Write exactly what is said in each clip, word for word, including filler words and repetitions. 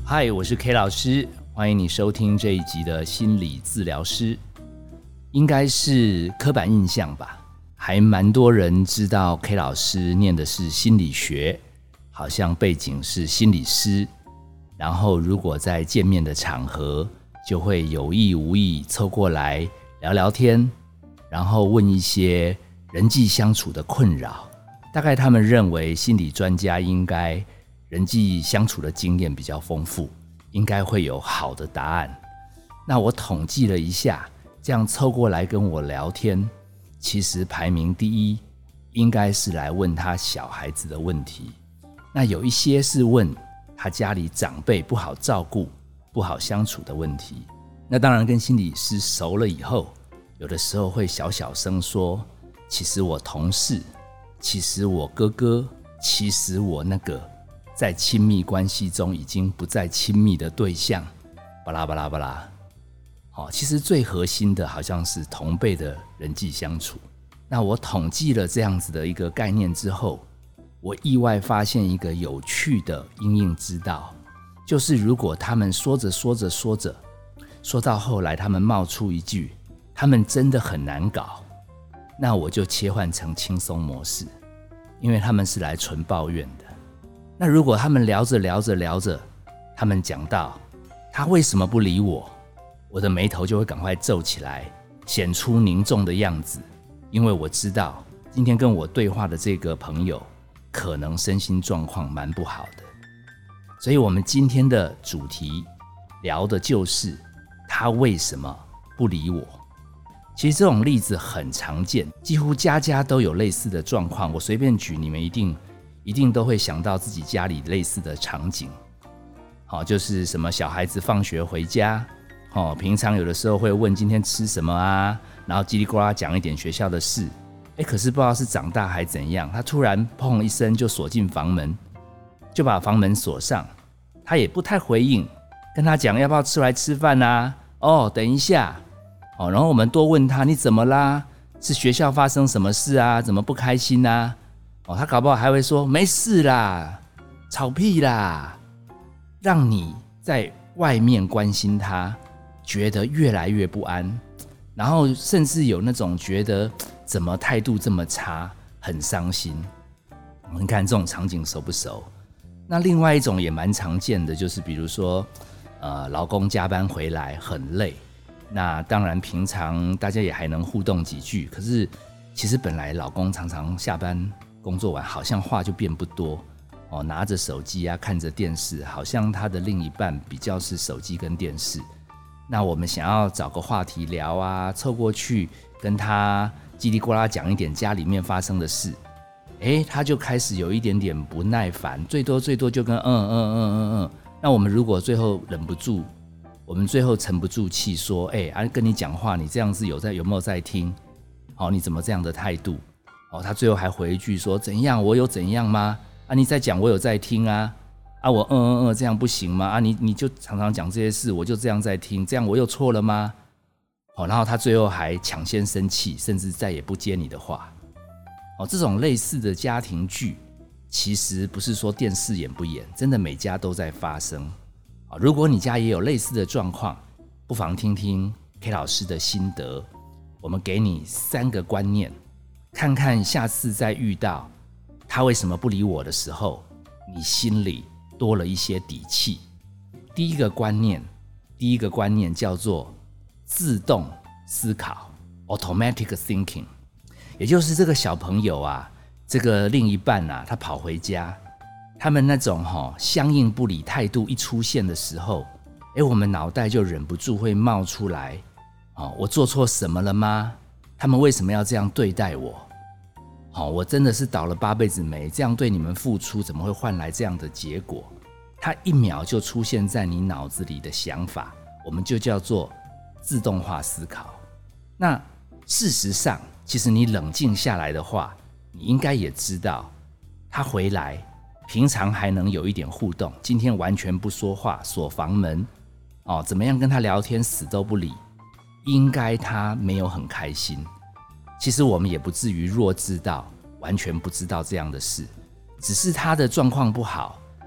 嗨，我是 K 老师，欢迎你收听这一集的心理治疗师。应该是刻板印象吧，还蛮多人知道 K 老师念的是心理学，好像背景是心理师，然后如果在见面的场合，就会有意无意凑过来聊聊天，然后问一些人际相处的困扰。大概他们认为心理专家应该人际相处的经验比较丰富，应该会有好的答案。那我统计了一下，这样凑过来跟我聊天，其实排名第一应该是来问他小孩子的问题。那有一些是问他家里长辈不好照顾、不好相处的问题。那当然跟心理师熟了以后，有的时候会小小声说，其实我同事，其实我哥哥，其实我那个在亲密关系中已经不再亲密的对象，巴拉巴拉巴拉。哦，其实最核心的好像是同辈的人际相处。那我统计了这样子的一个概念之后，我意外发现一个有趣的因应之道，就是如果他们说着说着说着，说到后来他们冒出一句他们真的很难搞，那我就切换成轻松模式，因为他们是来纯抱怨的。那如果他们聊着聊着聊着，他们讲到他为什么不理我，我的眉头就会赶快皱起来，显出凝重的样子，因为我知道今天跟我对话的这个朋友可能身心状况蛮不好的。所以我们今天的主题聊的就是他为什么不理我。其实这种例子很常见，几乎家家都有类似的状况。我随便举，你们一定一定都会想到自己家里类似的场景。好，就是什么小孩子放学回家，哦，平常有的时候会问今天吃什么啊，然后叽里呱啦讲一点学校的事。诶，可是不知道是长大还怎样，他突然砰一声就锁进房门，就把房门锁上，他也不太回应，跟他讲要不要出来吃饭啊？哦，等一下。哦，然后我们多问他你怎么啦？是学校发生什么事啊？怎么不开心啊？哦，他搞不好还会说没事啦，吵屁啦，让你在外面关心他，觉得越来越不安，然后甚至有那种觉得怎么态度这么差，很伤心。你看这种场景熟不熟？那另外一种也蛮常见的，就是比如说，呃，老公加班回来很累，那当然平常大家也还能互动几句，可是其实本来老公常常下班工作完，好像话就变不多。哦，拿着手机啊，看着电视，好像他的另一半比较是手机跟电视。那我们想要找个话题聊啊，凑过去跟他叽里呱啦讲一点家里面发生的事，诶，他就开始有一点点不耐烦，最多最多就跟嗯嗯嗯嗯嗯。那我们如果最后忍不住，我们最后沉不住气说，诶，啊，跟你讲话，你这样子有在有没有在听？哦，你怎么这样的态度？哦，他最后还回一句说怎样？我有怎样吗？啊，你在讲，我有在听啊，啊，我嗯嗯嗯，这样不行吗？啊，你你就常常讲这些事，我就这样在听，这样我又错了吗？哦，然后他最后还抢先生气，甚至再也不接你的话。哦，这种类似的家庭剧，其实不是说电视演不演，真的每家都在发生。哦，如果你家也有类似的状况，不妨听听 K 老师的心得。我们给你三个观念，看看下次再遇到他为什么不理我的时候，你心里多了一些底气。第一个观念，第一个观念叫做自动思考 （automatic thinking）， 也就是这个小朋友啊，这个另一半啊，他跑回家，他们那种齁相应不理态度一出现的时候，诶，我们脑袋就忍不住会冒出来，哦，我做错什么了吗？他们为什么要这样对待我？好，我真的是倒了八辈子霉，这样对你们付出，怎么会换来这样的结果？它一秒就出现在你脑子里的想法，我们就叫做自动化思考。那事实上，其实你冷静下来的话，你应该也知道，他回来，平常还能有一点互动，今天完全不说话，锁房门，哦，怎么样跟他聊天，死都不理，应该他没有很开心。其实我们也不至于弱智到完全不知道这样的事，只是他的状况不好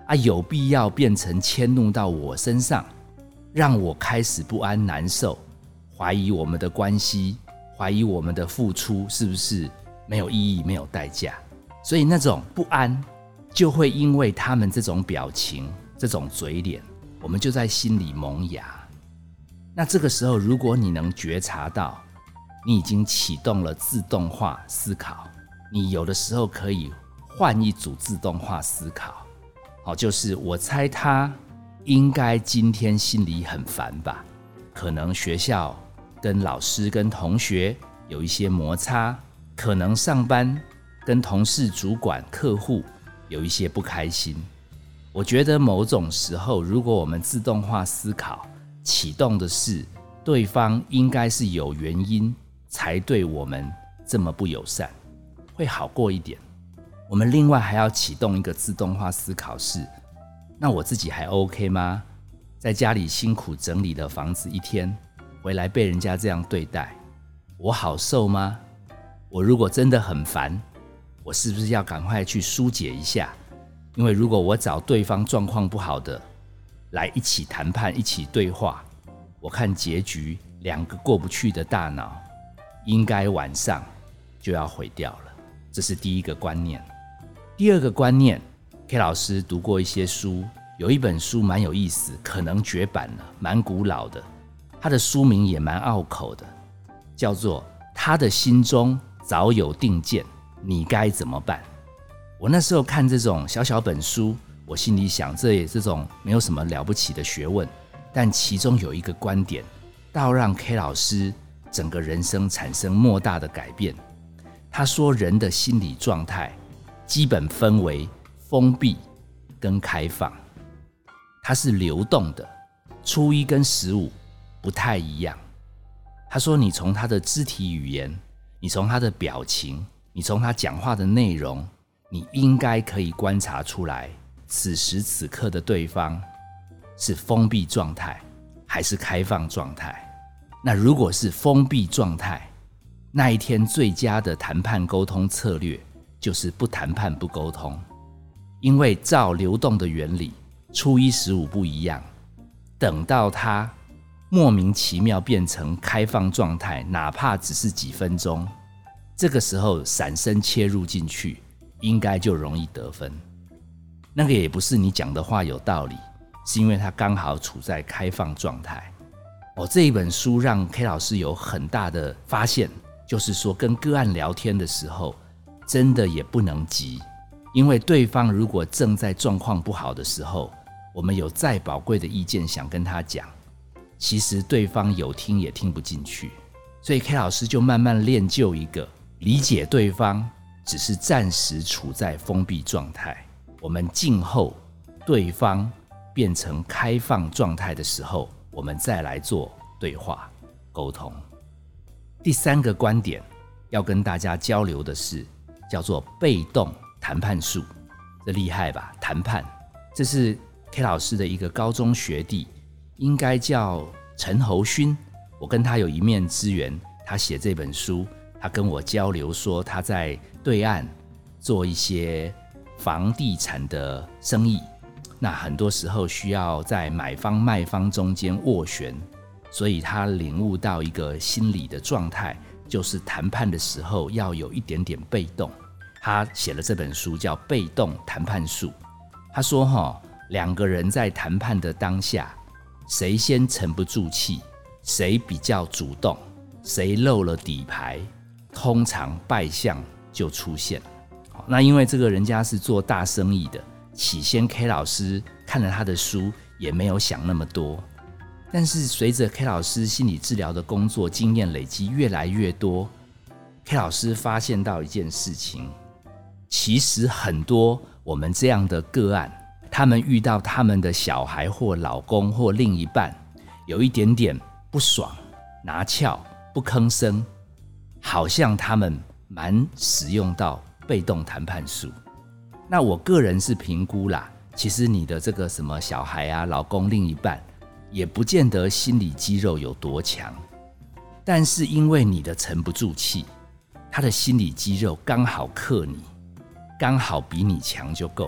啊，有必要变成迁怒到我身上，让我开始不安难受，怀疑我们的关系，怀疑我们的付出是不是没有意义没有代价。所以那种不安就会因为他们这种表情这种嘴脸，我们就在心里萌芽。那这个时候如果你能觉察到你已经启动了自动化思考，你有的时候可以换一组自动化思考，好，就是我猜他应该今天心里很烦吧，可能学校跟老师跟同学有一些摩擦，可能上班跟同事主管客户有一些不开心。我觉得某种时候如果我们自动化思考启动的是对方应该是有原因才对我们这么不友善，会好过一点。我们另外还要启动一个自动化思考是，那我自己还 OK 吗？在家里辛苦整理了房子一天，回来被人家这样对待，我好受吗？我如果真的很烦，我是不是要赶快去疏解一下？因为如果我找对方状况不好的来一起谈判一起对话，我看结局两个过不去的大脑应该晚上就要毁掉了。这是第一个观念。第二个观念， K 老师读过一些书，有一本书蛮有意思，可能绝版了，蛮古老的，它的书名也蛮拗口的，叫做他的心中早有定见，你该怎么办？我那时候看这种小小本书，我心里想这也这种没有什么了不起的学问，但其中有一个观点倒让 K 老师整个人生产生莫大的改变。他说人的心理状态基本分为封闭跟开放，它是流动的，初一跟十五不太一样。他说你从他的肢体语言，你从他的表情，你从他讲话的内容，你应该可以观察出来此时此刻的对方是封闭状态还是开放状态。那如果是封闭状态，那一天最佳的谈判沟通策略就是不谈判不沟通，因为照流动的原理，初一十五不一样，等到他莫名其妙变成开放状态，哪怕只是几分钟，这个时候闪身切入进去，应该就容易得分。那个也不是你讲的话有道理，是因为他刚好处在开放状态。哦，这一本书让 K 老师有很大的发现，就是说跟个案聊天的时候真的也不能急，因为对方如果正在状况不好的时候，我们有再宝贵的意见想跟他讲，其实对方有听也听不进去。所以 K 老师就慢慢练就一个理解对方只是暂时处在封闭状态，我们静候对方变成开放状态的时候，我们再来做对话沟通。第三个观点要跟大家交流的是叫做被动谈判术。这厉害吧？谈判，这是 K 老师的一个高中学弟，应该叫陈侯勋，我跟他有一面之缘，他写这本书，他跟我交流说他在对岸做一些房地产的生意，那很多时候需要在买方卖方中间斡旋，所以他领悟到一个心理的状态，就是谈判的时候要有一点点被动。他写了这本书叫《被动谈判术》。他说、哦、两个人在谈判的当下，谁先沉不住气，谁比较主动，谁漏了底牌，通常败相就出现了。那因为这个人家是做大生意的，起先 K 老师看了他的书也没有想那么多，但是随着 K 老师心理治疗的工作经验累积越来越多， K 老师发现到一件事情，其实很多我们这样的个案，他们遇到他们的小孩或老公或另一半有一点点不爽，拿翘不吭声，好像他们蛮使用到被动谈判术。那我个人是评估啦，其实你的这个什么小孩啊、老公、另一半也不见得心理肌肉有多强，但是因为你的沉不住气，他的心理肌肉刚好克你，刚好比你强就够了。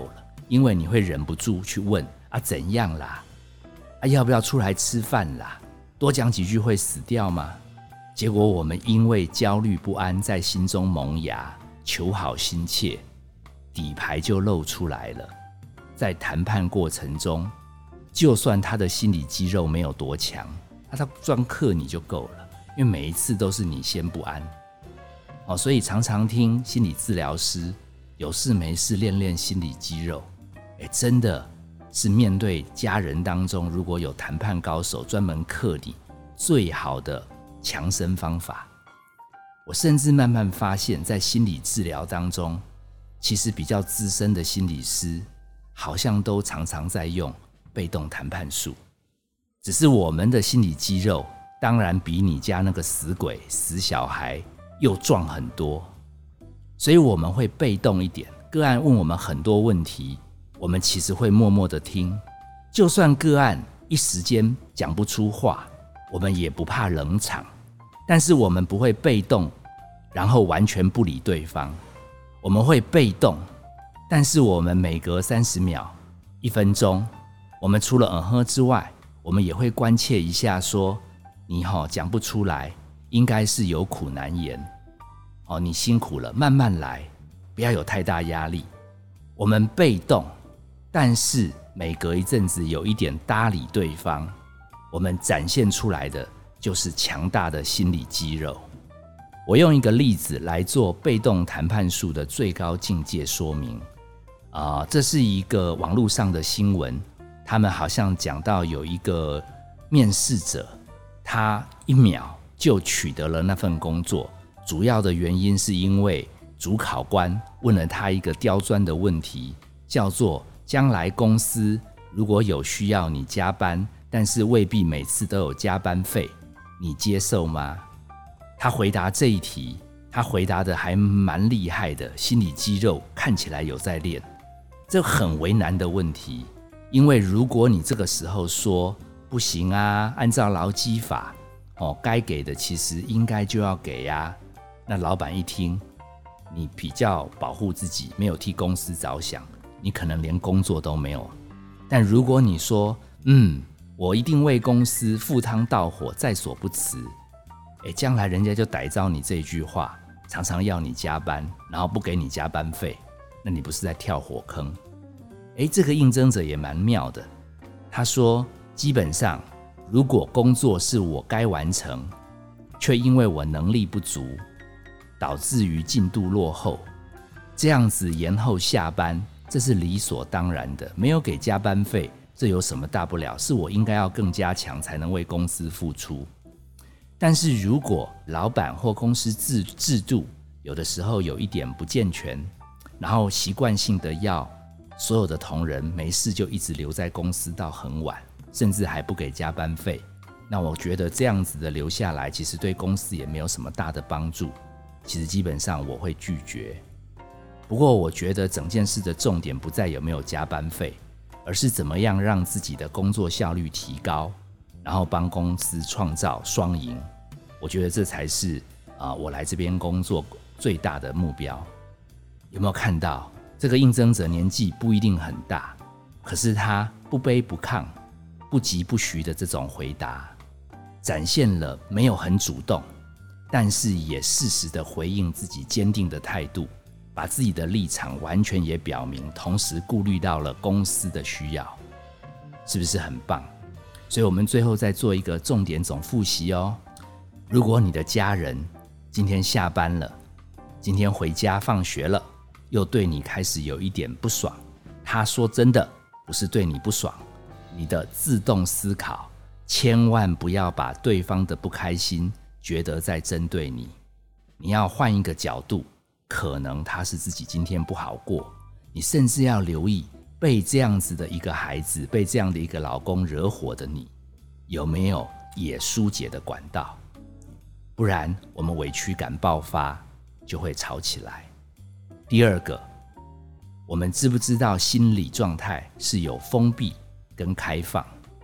因为你会忍不住去问啊怎样啦，啊要不要出来吃饭啦，多讲几句会死掉吗？结果我们因为焦虑不安在心中萌芽，求好心切，底牌就露出来了。在谈判过程中，就算他的心理肌肉没有多强，他专克你就够了，因为每一次都是你先不安。哦，所以常常听心理治疗师有事没事练练心理肌肉，诶，真的是面对家人当中如果有谈判高手专门克你最好的强身方法。我甚至慢慢发现，在心理治疗当中，其实比较资深的心理师好像都常常在用被动谈判术，只是我们的心理肌肉当然比你家那个死鬼死小孩又壮很多，所以我们会被动一点，个案问我们很多问题，我们其实会默默的听，就算个案一时间讲不出话，我们也不怕冷场，但是我们不会被动然后完全不理对方，我们会被动，但是我们每隔三十秒一分钟，我们除了嗯哼之外，我们也会关切一下说，你齁讲不出来，应该是有苦难言，哦，你辛苦了，慢慢来，不要有太大压力。我们被动，但是每隔一阵子有一点搭理对方，我们展现出来的就是强大的心理肌肉。我用一个例子来做被动谈判术的最高境界说明。呃、这是一个网络上的新闻，他们好像讲到有一个面试者，他一秒就取得了那份工作，主要的原因是因为主考官问了他一个刁钻的问题，叫做将来公司如果有需要你加班，但是未必每次都有加班费，你接受吗？他回答这一题，他回答的还蛮厉害的，心理肌肉看起来有在练。这很为难的问题，因为如果你这个时候说不行啊，按照劳基法哦，该给的其实应该就要给啊，那老板一听你比较保护自己，没有替公司着想，你可能连工作都没有。但如果你说嗯，我一定为公司赴汤蹈火，在所不辞，诶，将来人家就逮着你这一句话，常常要你加班，然后不给你加班费，那你不是在跳火坑？诶，这个应征者也蛮妙的，他说基本上如果工作是我该完成，却因为我能力不足，导致于进度落后，这样子延后下班，这是理所当然的，没有给加班费，这有什么大不了？是我应该要更加强才能为公司付出。但是如果老板或公司 制, 制度有的时候有一点不健全，然后习惯性的要所有的同仁没事就一直留在公司到很晚，甚至还不给加班费，那我觉得这样子的留下来，其实对公司也没有什么大的帮助。其实基本上我会拒绝。不过我觉得整件事的重点不在有没有加班费，而是怎么样让自己的工作效率提高，然后帮公司创造双赢。我觉得这才是、呃、我来这边工作最大的目标。有没有看到这个应征者年纪不一定很大，可是他不卑不亢，不疾不徐的这种回答，展现了没有很主动，但是也适时的回应自己坚定的态度，把自己的立场完全也表明，同时顾虑到了公司的需要，是不是很棒？所以我们最后再做一个重点总复习哦。如果你的家人今天下班了，今天回家放学了，又对你开始有一点不爽，他说真的不是对你不爽，你的自动思考千万不要把对方的不开心觉得在针对你，你要换一个角度，可能他是自己今天不好过，你甚至要留意被这样子的一个孩子，被这样的一个老公惹火的你，有没有也疏解的管道？不然我们委屈感爆发，就会吵起来。第二个，我们知不知道心理状态是有封闭跟开放？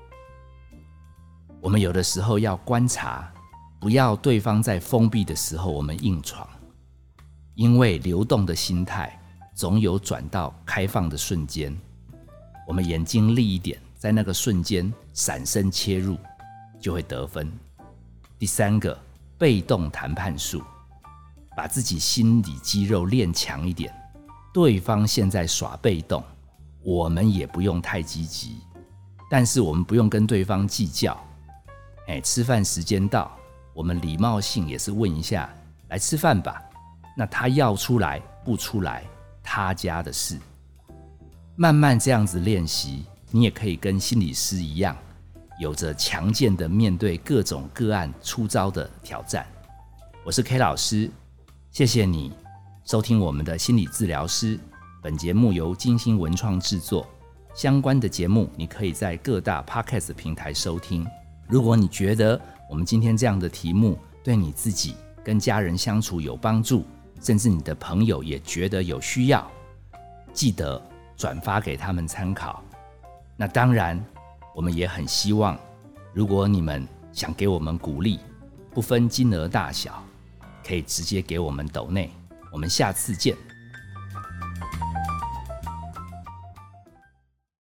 我们有的时候要观察，不要对方在封闭的时候我们硬闯，因为流动的心态总有转到开放的瞬间， 我们眼睛利一点，在那个瞬间闪身切入，就会得分。第三个，被动谈判术，把自己心理肌肉练强一点。对方现在耍被动，我们也不用太积极，但是我们不用跟对方计较。哎，吃饭时间到，我们礼貌性也是问一下，来吃饭吧。那他要出来不出来，他家的事。慢慢这样子练习，你也可以跟心理师一样，有着强健的面对各种个案出招的挑战。我是 K 老师，谢谢你收听我们的心理治疗师。本节目由金星文创制作，相关的节目你可以在各大 Podcast 平台收听。如果你觉得我们今天这样的题目对你自己跟家人相处有帮助，甚至你的朋友也觉得有需要，记得转发给他们参考。那当然，我们也很希望，如果你们想给我们鼓励，不分金额大小，可以直接给我们抖内。我们下次见。